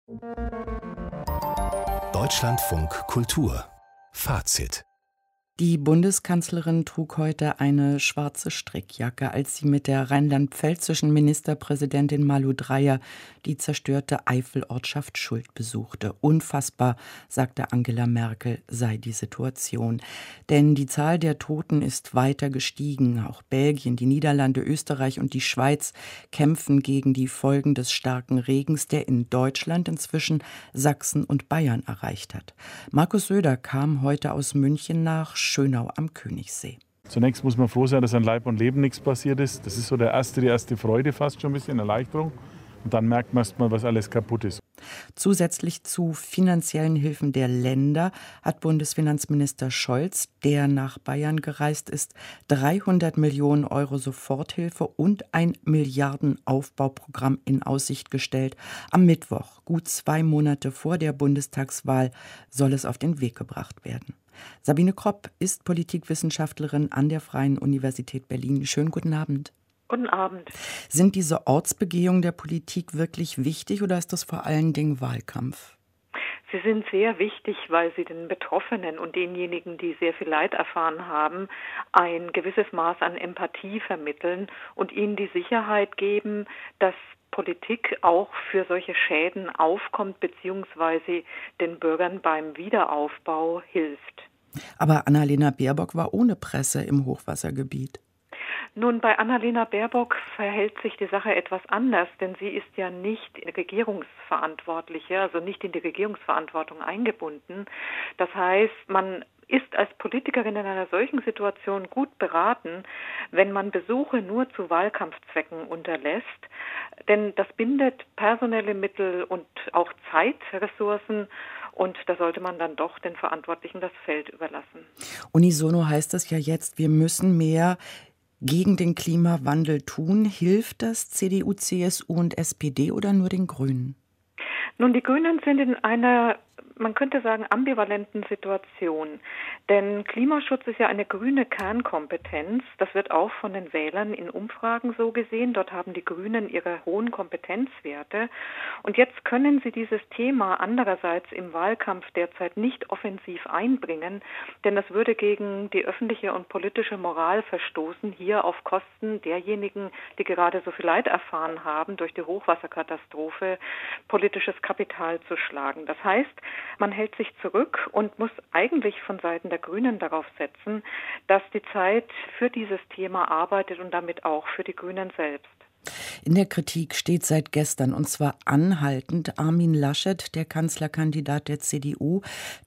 Deutschlandfunk Kultur Fazit. Die Bundeskanzlerin trug heute eine schwarze Strickjacke, als sie mit der rheinland-pfälzischen Ministerpräsidentin Malu Dreyer die zerstörte Eifelortschaft Schuld besuchte. Unfassbar, sagte Angela Merkel, sei die Situation. Denn die Zahl der Toten ist weiter gestiegen. Auch Belgien, die Niederlande, Österreich und die Schweiz kämpfen gegen die Folgen des starken Regens, der in Deutschland inzwischen Sachsen und Bayern erreicht hat. Markus Söder kam heute aus München nach Schönau am Königssee. Zunächst muss man froh sein, dass an Leib und Leben nichts passiert ist. Das ist so die erste Freude, fast schon ein bisschen Erleichterung. Und dann merkt man erst mal, was alles kaputt ist. Zusätzlich zu finanziellen Hilfen der Länder hat Bundesfinanzminister Scholz, der nach Bayern gereist ist, 300 Millionen Euro Soforthilfe und ein Milliardenaufbauprogramm in Aussicht gestellt. Am Mittwoch, gut 2 Monate vor der Bundestagswahl, soll es auf den Weg gebracht werden. Sabine Kropp ist Politikwissenschaftlerin an der Freien Universität Berlin. Schönen guten Abend. Guten Abend. Sind diese Ortsbegehungen der Politik wirklich wichtig oder ist das vor allen Dingen Wahlkampf? Sie sind sehr wichtig, weil sie den Betroffenen und denjenigen, die sehr viel Leid erfahren haben, ein gewisses Maß an Empathie vermitteln und ihnen die Sicherheit geben, dass Politik auch für solche Schäden aufkommt bzw. den Bürgern beim Wiederaufbau hilft. Aber Annalena Baerbock war ohne Presse im Hochwassergebiet. Nun, bei Annalena Baerbock verhält sich die Sache etwas anders, denn sie ist ja nicht Regierungsverantwortliche, also nicht in die Regierungsverantwortung eingebunden. Das heißt, man ist als Politikerin in einer solchen Situation gut beraten, wenn man Besuche nur zu Wahlkampfzwecken unterlässt, denn das bindet personelle Mittel und auch Zeitressourcen. Und da sollte man dann doch den Verantwortlichen das Feld überlassen. Unisono heißt es ja jetzt, wir müssen mehr gegen den Klimawandel tun. Hilft das CDU, CSU und SPD oder nur den Grünen? Nun, die Grünen sind in einer, man könnte sagen, ambivalenten Situation. Denn Klimaschutz ist ja eine grüne Kernkompetenz. Das wird auch von den Wählern in Umfragen so gesehen. Dort haben die Grünen ihre hohen Kompetenzwerte. Und jetzt können sie dieses Thema andererseits im Wahlkampf derzeit nicht offensiv einbringen, denn das würde gegen die öffentliche und politische Moral verstoßen, hier auf Kosten derjenigen, die gerade so viel Leid erfahren haben durch die Hochwasserkatastrophe, politisches Kapital zu schlagen. Das heißt, man hält sich zurück und muss eigentlich von Seiten der Grünen darauf setzen, dass die Zeit für dieses Thema arbeitet und damit auch für die Grünen selbst. In der Kritik steht seit gestern, und zwar anhaltend, Armin Laschet, der Kanzlerkandidat der CDU,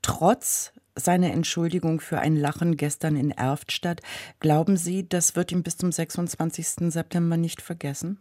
trotz seiner Entschuldigung für ein Lachen gestern in Erftstadt. Glauben Sie, das wird ihm bis zum 26. September nicht vergessen?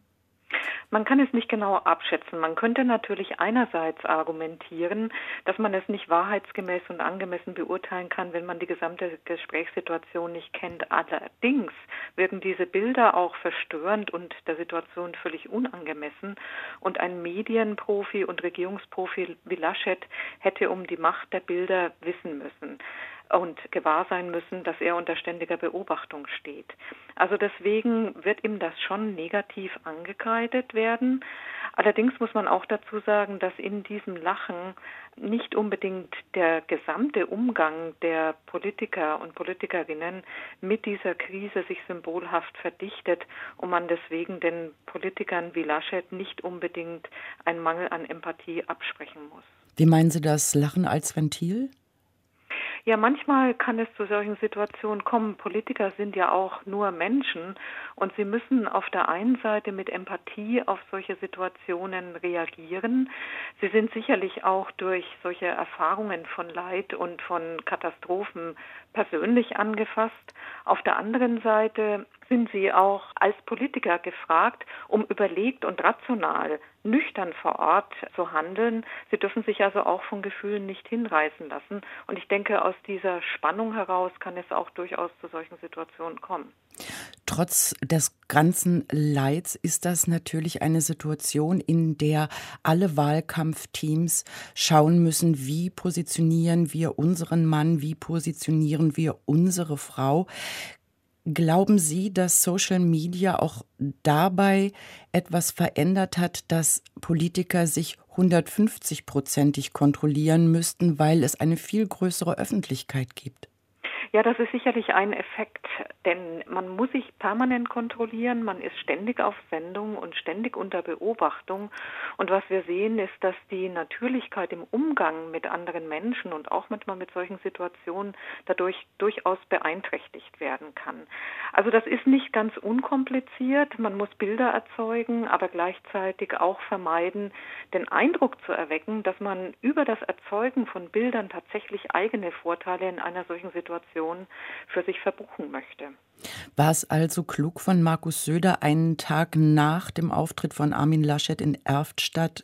Man kann es nicht genau abschätzen. Man könnte natürlich einerseits argumentieren, dass man es nicht wahrheitsgemäß und angemessen beurteilen kann, wenn man die gesamte Gesprächssituation nicht kennt. Allerdings wirken diese Bilder auch verstörend und der Situation völlig unangemessen. Und ein Medienprofi und Regierungsprofi wie Laschet hätte um die Macht der Bilder wissen müssen und gewahr sein müssen, dass er unter ständiger Beobachtung steht. Also deswegen wird ihm das schon negativ angekreidet werden. Allerdings muss man auch dazu sagen, dass in diesem Lachen nicht unbedingt der gesamte Umgang der Politiker und Politikerinnen mit dieser Krise sich symbolhaft verdichtet und man deswegen den Politikern wie Laschet nicht unbedingt einen Mangel an Empathie absprechen muss. Wie meinen Sie das Lachen als Ventil? Ja, manchmal kann es zu solchen Situationen kommen. Politiker sind ja auch nur Menschen und sie müssen auf der einen Seite mit Empathie auf solche Situationen reagieren. Sie sind sicherlich auch durch solche Erfahrungen von Leid und von Katastrophen persönlich angefasst. Auf der anderen Seite sind sie auch als Politiker gefragt, um überlegt und rational, nüchtern vor Ort zu handeln. Sie dürfen sich also auch von Gefühlen nicht hinreißen lassen. Und ich denke, aus dieser Spannung heraus kann es auch durchaus zu solchen Situationen kommen. Trotz des ganzen Leids ist das natürlich eine Situation, in der alle Wahlkampfteams schauen müssen, wie positionieren wir unseren Mann, wie positionieren wir unsere Frau. Glauben Sie, dass Social Media auch dabei etwas verändert hat, dass Politiker sich 150-prozentig kontrollieren müssten, weil es eine viel größere Öffentlichkeit gibt. Ja, das ist sicherlich ein Effekt, denn man muss sich permanent kontrollieren, man ist ständig auf Sendung und ständig unter Beobachtung. Und was wir sehen, ist, dass die Natürlichkeit im Umgang mit anderen Menschen und auch manchmal mit solchen Situationen dadurch durchaus beeinträchtigt werden kann. Also das ist nicht ganz unkompliziert, man muss Bilder erzeugen, aber gleichzeitig auch vermeiden, den Eindruck zu erwecken, dass man über das Erzeugen von Bildern tatsächlich eigene Vorteile in einer solchen Situation für sich verbuchen möchte. War es also klug von Markus Söder, einen Tag nach dem Auftritt von Armin Laschet in Erftstadt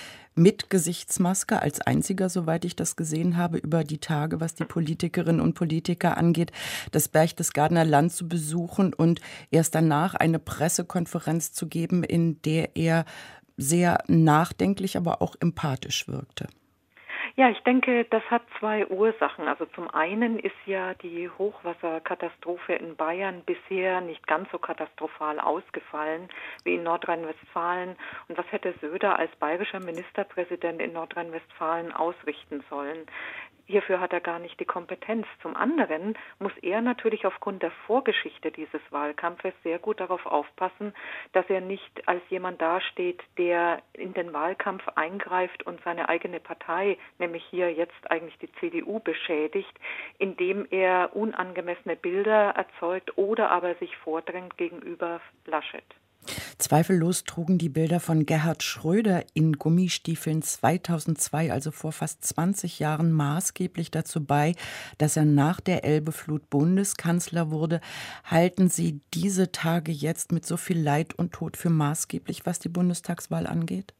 mit Gesichtsmaske, als einziger, soweit ich das gesehen habe, über die Tage, was die Politikerinnen und Politiker angeht, das Berchtesgadener Land zu besuchen und erst danach eine Pressekonferenz zu geben, in der er sehr nachdenklich, aber auch empathisch wirkte? Ja, ich denke, das hat zwei Ursachen. Also zum einen ist ja die Hochwasserkatastrophe in Bayern bisher nicht ganz so katastrophal ausgefallen wie in Nordrhein-Westfalen. Und was hätte Söder als bayerischer Ministerpräsident in Nordrhein-Westfalen ausrichten sollen? Hierfür hat er gar nicht die Kompetenz. Zum anderen muss er natürlich aufgrund der Vorgeschichte dieses Wahlkampfes sehr gut darauf aufpassen, dass er nicht als jemand dasteht, der in den Wahlkampf eingreift und seine eigene Partei, nämlich hier jetzt eigentlich die CDU, beschädigt, indem er unangemessene Bilder erzeugt oder aber sich vordrängt gegenüber Laschet. Zweifellos trugen die Bilder von Gerhard Schröder in Gummistiefeln 2002, also vor fast 20 Jahren, maßgeblich dazu bei, dass er nach der Elbeflut Bundeskanzler wurde. Halten Sie diese Tage jetzt mit so viel Leid und Tod für maßgeblich, was die Bundestagswahl angeht?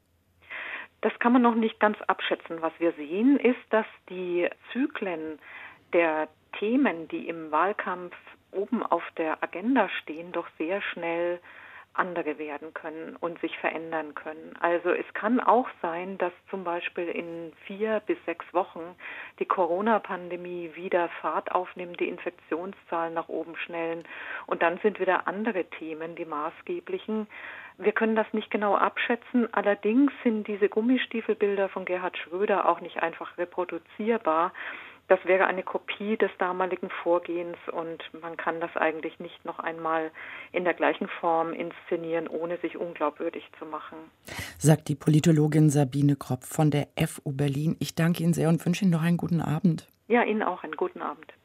Das kann man noch nicht ganz abschätzen. Was wir sehen, ist, dass die Zyklen der Themen, die im Wahlkampf oben auf der Agenda stehen, doch sehr schnell andere werden können und sich verändern können. Also es kann auch sein, dass zum Beispiel in 4 bis 6 Wochen die Corona-Pandemie wieder Fahrt aufnimmt, die Infektionszahlen nach oben schnellen und dann sind wieder andere Themen die maßgeblichen. Wir können das nicht genau abschätzen, allerdings sind diese Gummistiefelbilder von Gerhard Schröder auch nicht einfach reproduzierbar. Das wäre eine Kopie des damaligen Vorgehens und man kann das eigentlich nicht noch einmal in der gleichen Form inszenieren, ohne sich unglaubwürdig zu machen. Sagt die Politologin Sabine Kropp von der FU Berlin. Ich danke Ihnen sehr und wünsche Ihnen noch einen guten Abend. Ja, Ihnen auch einen guten Abend.